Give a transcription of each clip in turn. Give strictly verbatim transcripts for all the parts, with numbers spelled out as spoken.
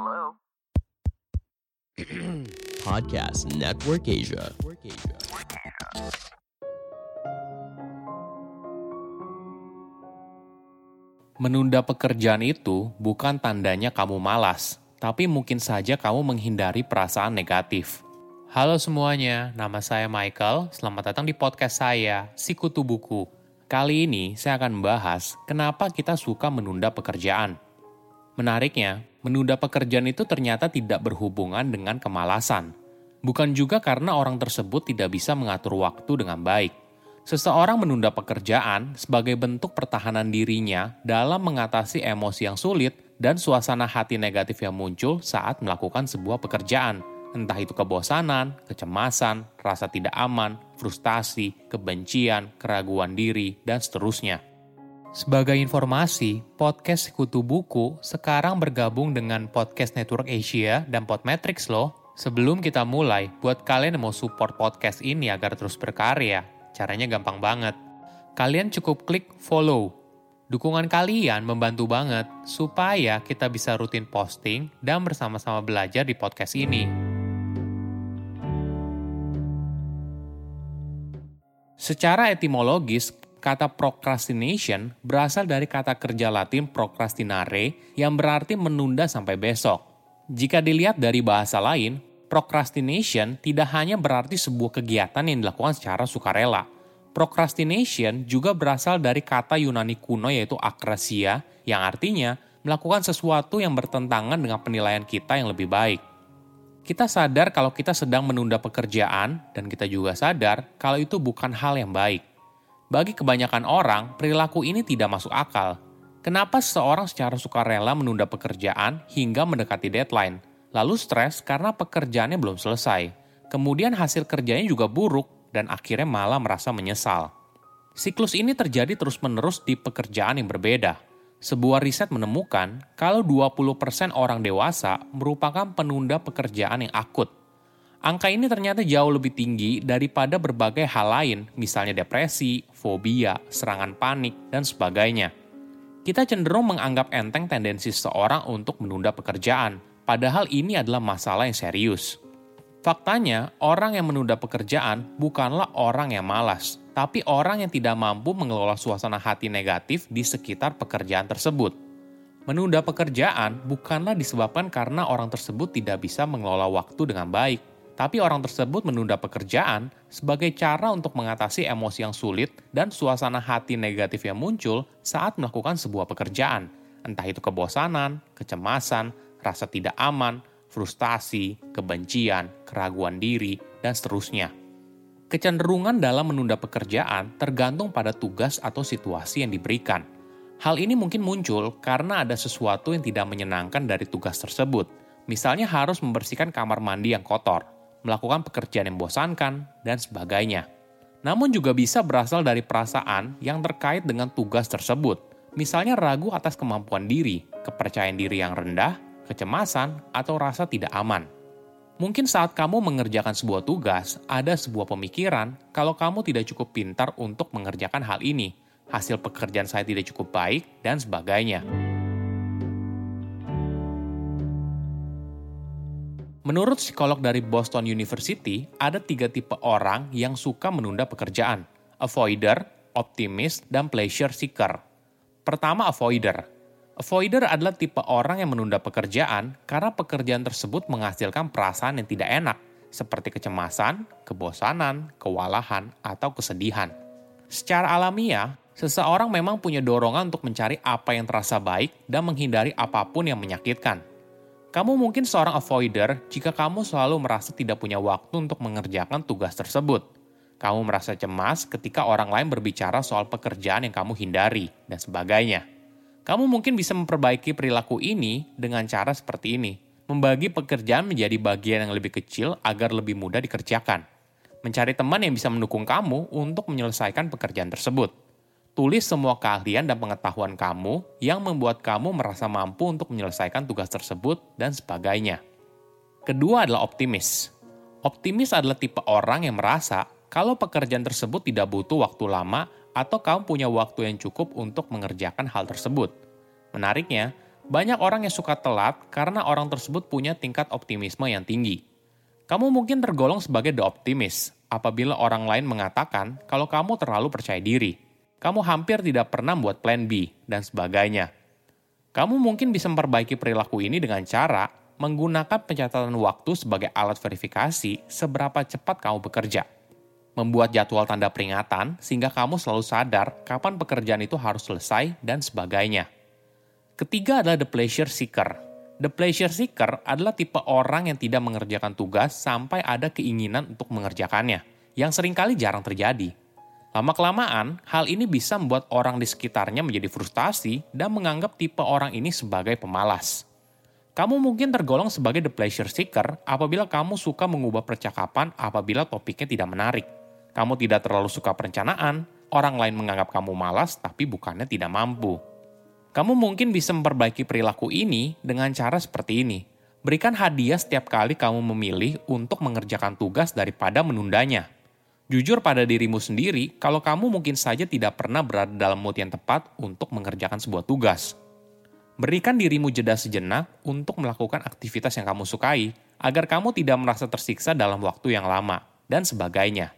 Podcast Network Asia. Menunda pekerjaan itu bukan tandanya kamu malas, tapi mungkin saja kamu menghindari perasaan negatif. Halo semuanya, nama saya Michael. Selamat datang di podcast saya, Sikutu Buku. Kali ini saya akan membahas kenapa kita suka menunda pekerjaan. Menariknya, menunda pekerjaan itu ternyata tidak berhubungan dengan kemalasan. Bukan juga karena orang tersebut tidak bisa mengatur waktu dengan baik. Seseorang menunda pekerjaan sebagai bentuk pertahanan dirinya dalam mengatasi emosi yang sulit dan suasana hati negatif yang muncul saat melakukan sebuah pekerjaan. Entah itu kebosanan, kecemasan, rasa tidak aman, frustasi, kebencian, keraguan diri, dan seterusnya. Sebagai informasi, podcast Sekutu Buku sekarang bergabung dengan Podcast Network Asia dan Podmetrics loh. Sebelum kita mulai, buat kalian yang mau support podcast ini agar terus berkarya, caranya gampang banget. Kalian cukup klik follow. Dukungan kalian membantu banget supaya kita bisa rutin posting dan bersama-sama belajar di podcast ini. Secara etimologis, kata procrastination berasal dari kata kerja Latin procrastinare yang berarti menunda sampai besok. Jika dilihat dari bahasa lain, procrastination tidak hanya berarti sebuah kegiatan yang dilakukan secara sukarela. Procrastination juga berasal dari kata Yunani kuno yaitu akrasia, yang artinya melakukan sesuatu yang bertentangan dengan penilaian kita yang lebih baik. Kita sadar kalau kita sedang menunda pekerjaan, dan kita juga sadar kalau itu bukan hal yang baik. Bagi kebanyakan orang, perilaku ini tidak masuk akal. Kenapa seseorang secara sukarela menunda pekerjaan hingga mendekati deadline? Lalu stres karena pekerjaannya belum selesai. Kemudian hasil kerjanya juga buruk dan akhirnya malah merasa menyesal. Siklus ini terjadi terus-menerus di pekerjaan yang berbeda. Sebuah riset menemukan kalau dua puluh persen orang dewasa merupakan penunda pekerjaan yang akut. Angka ini ternyata jauh lebih tinggi daripada berbagai hal lain, misalnya depresi, fobia, serangan panik, dan sebagainya. Kita cenderung menganggap enteng tendensi seseorang untuk menunda pekerjaan, padahal ini adalah masalah yang serius. Faktanya, orang yang menunda pekerjaan bukanlah orang yang malas, tapi orang yang tidak mampu mengelola suasana hati negatif di sekitar pekerjaan tersebut. Menunda pekerjaan bukanlah disebabkan karena orang tersebut tidak bisa mengelola waktu dengan baik, tapi orang tersebut menunda pekerjaan sebagai cara untuk mengatasi emosi yang sulit dan suasana hati negatif yang muncul saat melakukan sebuah pekerjaan, entah itu kebosanan, kecemasan, rasa tidak aman, frustasi, kebencian, keraguan diri, dan seterusnya. Kecenderungan dalam menunda pekerjaan tergantung pada tugas atau situasi yang diberikan. Hal ini mungkin muncul karena ada sesuatu yang tidak menyenangkan dari tugas tersebut. Misalnya harus membersihkan kamar mandi yang kotor, melakukan pekerjaan yang membosankan, dan sebagainya. Namun juga bisa berasal dari perasaan yang terkait dengan tugas tersebut. Misalnya ragu atas kemampuan diri, kepercayaan diri yang rendah, kecemasan, atau rasa tidak aman. Mungkin saat kamu mengerjakan sebuah tugas, ada sebuah pemikiran kalau kamu tidak cukup pintar untuk mengerjakan hal ini, hasil pekerjaan saya tidak cukup baik, dan sebagainya. Menurut psikolog dari Boston University, ada tiga tipe orang yang suka menunda pekerjaan: avoider, optimist, dan pleasure seeker. Pertama, avoider. Avoider adalah tipe orang yang menunda pekerjaan karena pekerjaan tersebut menghasilkan perasaan yang tidak enak, seperti kecemasan, kebosanan, kewalahan, atau kesedihan. Secara alamiah, seseorang memang punya dorongan untuk mencari apa yang terasa baik dan menghindari apapun yang menyakitkan. Kamu mungkin seorang avoider jika kamu selalu merasa tidak punya waktu untuk mengerjakan tugas tersebut. Kamu merasa cemas ketika orang lain berbicara soal pekerjaan yang kamu hindari, dan sebagainya. Kamu mungkin bisa memperbaiki perilaku ini dengan cara seperti ini. Membagi pekerjaan menjadi bagian yang lebih kecil agar lebih mudah dikerjakan. Mencari teman yang bisa mendukung kamu untuk menyelesaikan pekerjaan tersebut. Tulis semua keahlian dan pengetahuan kamu yang membuat kamu merasa mampu untuk menyelesaikan tugas tersebut, dan sebagainya. Kedua adalah optimis. Optimis adalah tipe orang yang merasa kalau pekerjaan tersebut tidak butuh waktu lama atau kamu punya waktu yang cukup untuk mengerjakan hal tersebut. Menariknya, Banyak orang yang suka telat karena orang tersebut punya tingkat optimisme yang tinggi. Kamu mungkin tergolong sebagai the optimist apabila orang lain mengatakan kalau kamu terlalu percaya diri. Kamu hampir tidak pernah buat plan B, dan sebagainya. Kamu mungkin bisa memperbaiki perilaku ini dengan cara menggunakan pencatatan waktu sebagai alat verifikasi seberapa cepat kamu bekerja. Membuat jadwal tanda peringatan sehingga kamu selalu sadar kapan pekerjaan itu harus selesai dan sebagainya. Ketiga adalah the pleasure seeker. The pleasure seeker adalah tipe orang yang tidak mengerjakan tugas sampai ada keinginan untuk mengerjakannya, yang seringkali jarang terjadi. Lama-kelamaan, hal ini bisa membuat orang di sekitarnya menjadi frustasi dan menganggap tipe orang ini sebagai pemalas. Kamu mungkin tergolong sebagai the pleasure seeker apabila kamu suka mengubah percakapan apabila topiknya tidak menarik. Kamu tidak terlalu suka perencanaan, orang lain menganggap kamu malas tapi bukannya tidak mampu. Kamu mungkin bisa memperbaiki perilaku ini dengan cara seperti ini. Berikan hadiah setiap kali kamu memilih untuk mengerjakan tugas daripada menundanya. Jujur pada dirimu sendiri kalau kamu mungkin saja tidak pernah berada dalam mood yang tepat untuk mengerjakan sebuah tugas. Berikan dirimu jeda sejenak untuk melakukan aktivitas yang kamu sukai, agar kamu tidak merasa tersiksa dalam waktu yang lama, dan sebagainya.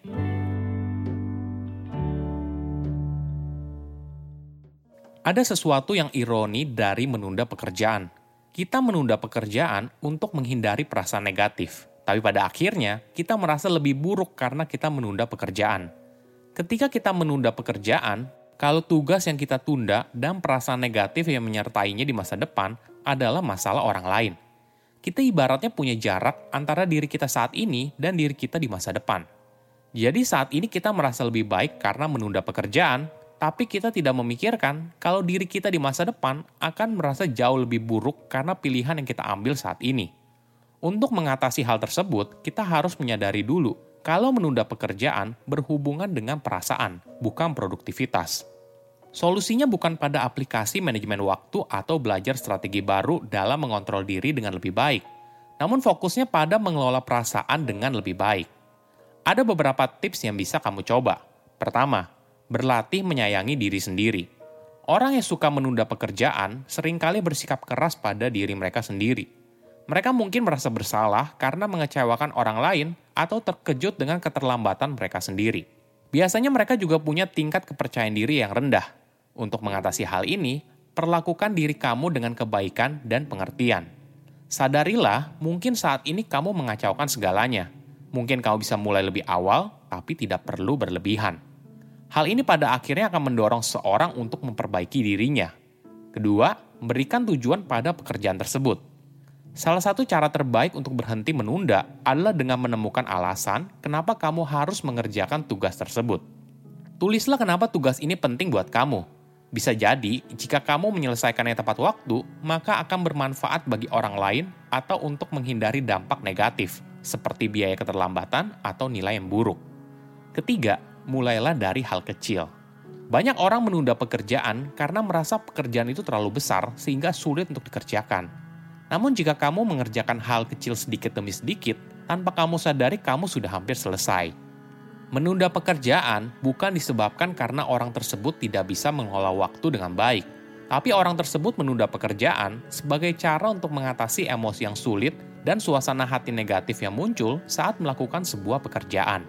Ada sesuatu yang ironi dari menunda pekerjaan. Kita menunda pekerjaan untuk menghindari perasaan negatif. Tapi pada akhirnya, kita merasa lebih buruk karena kita menunda pekerjaan. Ketika kita menunda pekerjaan, kalau tugas yang kita tunda dan perasaan negatif yang menyertainya di masa depan adalah masalah orang lain. Kita ibaratnya punya jarak antara diri kita saat ini dan diri kita di masa depan. Jadi saat ini kita merasa lebih baik karena menunda pekerjaan, tapi kita tidak memikirkan kalau diri kita di masa depan akan merasa jauh lebih buruk karena pilihan yang kita ambil saat ini. Untuk mengatasi hal tersebut, kita harus menyadari dulu kalau menunda pekerjaan berhubungan dengan perasaan, bukan produktivitas. Solusinya bukan pada aplikasi manajemen waktu atau belajar strategi baru dalam mengontrol diri dengan lebih baik, namun fokusnya pada mengelola perasaan dengan lebih baik. Ada beberapa tips yang bisa kamu coba. Pertama, berlatih menyayangi diri sendiri. Orang yang suka menunda pekerjaan seringkali bersikap keras pada diri mereka sendiri. Mereka mungkin merasa bersalah karena mengecewakan orang lain atau terkejut dengan keterlambatan mereka sendiri. Biasanya mereka juga punya tingkat kepercayaan diri yang rendah. Untuk mengatasi hal ini, perlakukan diri kamu dengan kebaikan dan pengertian. Sadarilah, mungkin saat ini kamu mengacaukan segalanya. Mungkin kamu bisa mulai lebih awal, tapi tidak perlu berlebihan. Hal ini pada akhirnya akan mendorong seorang untuk memperbaiki dirinya. Kedua, berikan tujuan pada pekerjaan tersebut. Salah satu cara terbaik untuk berhenti menunda adalah dengan menemukan alasan kenapa kamu harus mengerjakan tugas tersebut. Tulislah kenapa tugas ini penting buat kamu. Bisa jadi, jika kamu menyelesaikannya tepat waktu, maka akan bermanfaat bagi orang lain atau untuk menghindari dampak negatif, seperti biaya keterlambatan atau nilai yang buruk. Ketiga, mulailah dari hal kecil. Banyak orang menunda pekerjaan karena merasa pekerjaan itu terlalu besar sehingga sulit untuk dikerjakan. Namun jika kamu mengerjakan hal kecil sedikit demi sedikit, tanpa kamu sadari kamu sudah hampir selesai. Menunda pekerjaan bukan disebabkan karena orang tersebut tidak bisa mengelola waktu dengan baik, tapi orang tersebut menunda pekerjaan sebagai cara untuk mengatasi emosi yang sulit dan suasana hati negatif yang muncul saat melakukan sebuah pekerjaan.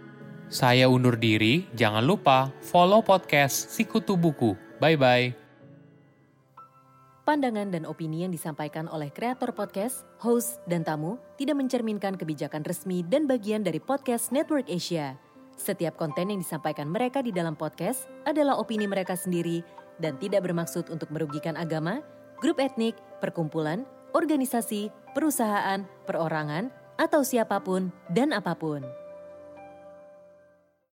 Saya undur diri, jangan lupa follow podcast Sikutu Buku. Bye-bye. Pandangan dan opini yang disampaikan oleh kreator podcast, host, dan tamu tidak mencerminkan kebijakan resmi dan bagian dari Podcast Network Asia. Setiap konten yang disampaikan mereka di dalam podcast adalah opini mereka sendiri dan tidak bermaksud untuk merugikan agama, grup etnik, perkumpulan, organisasi, perusahaan, perorangan, atau siapapun dan apapun.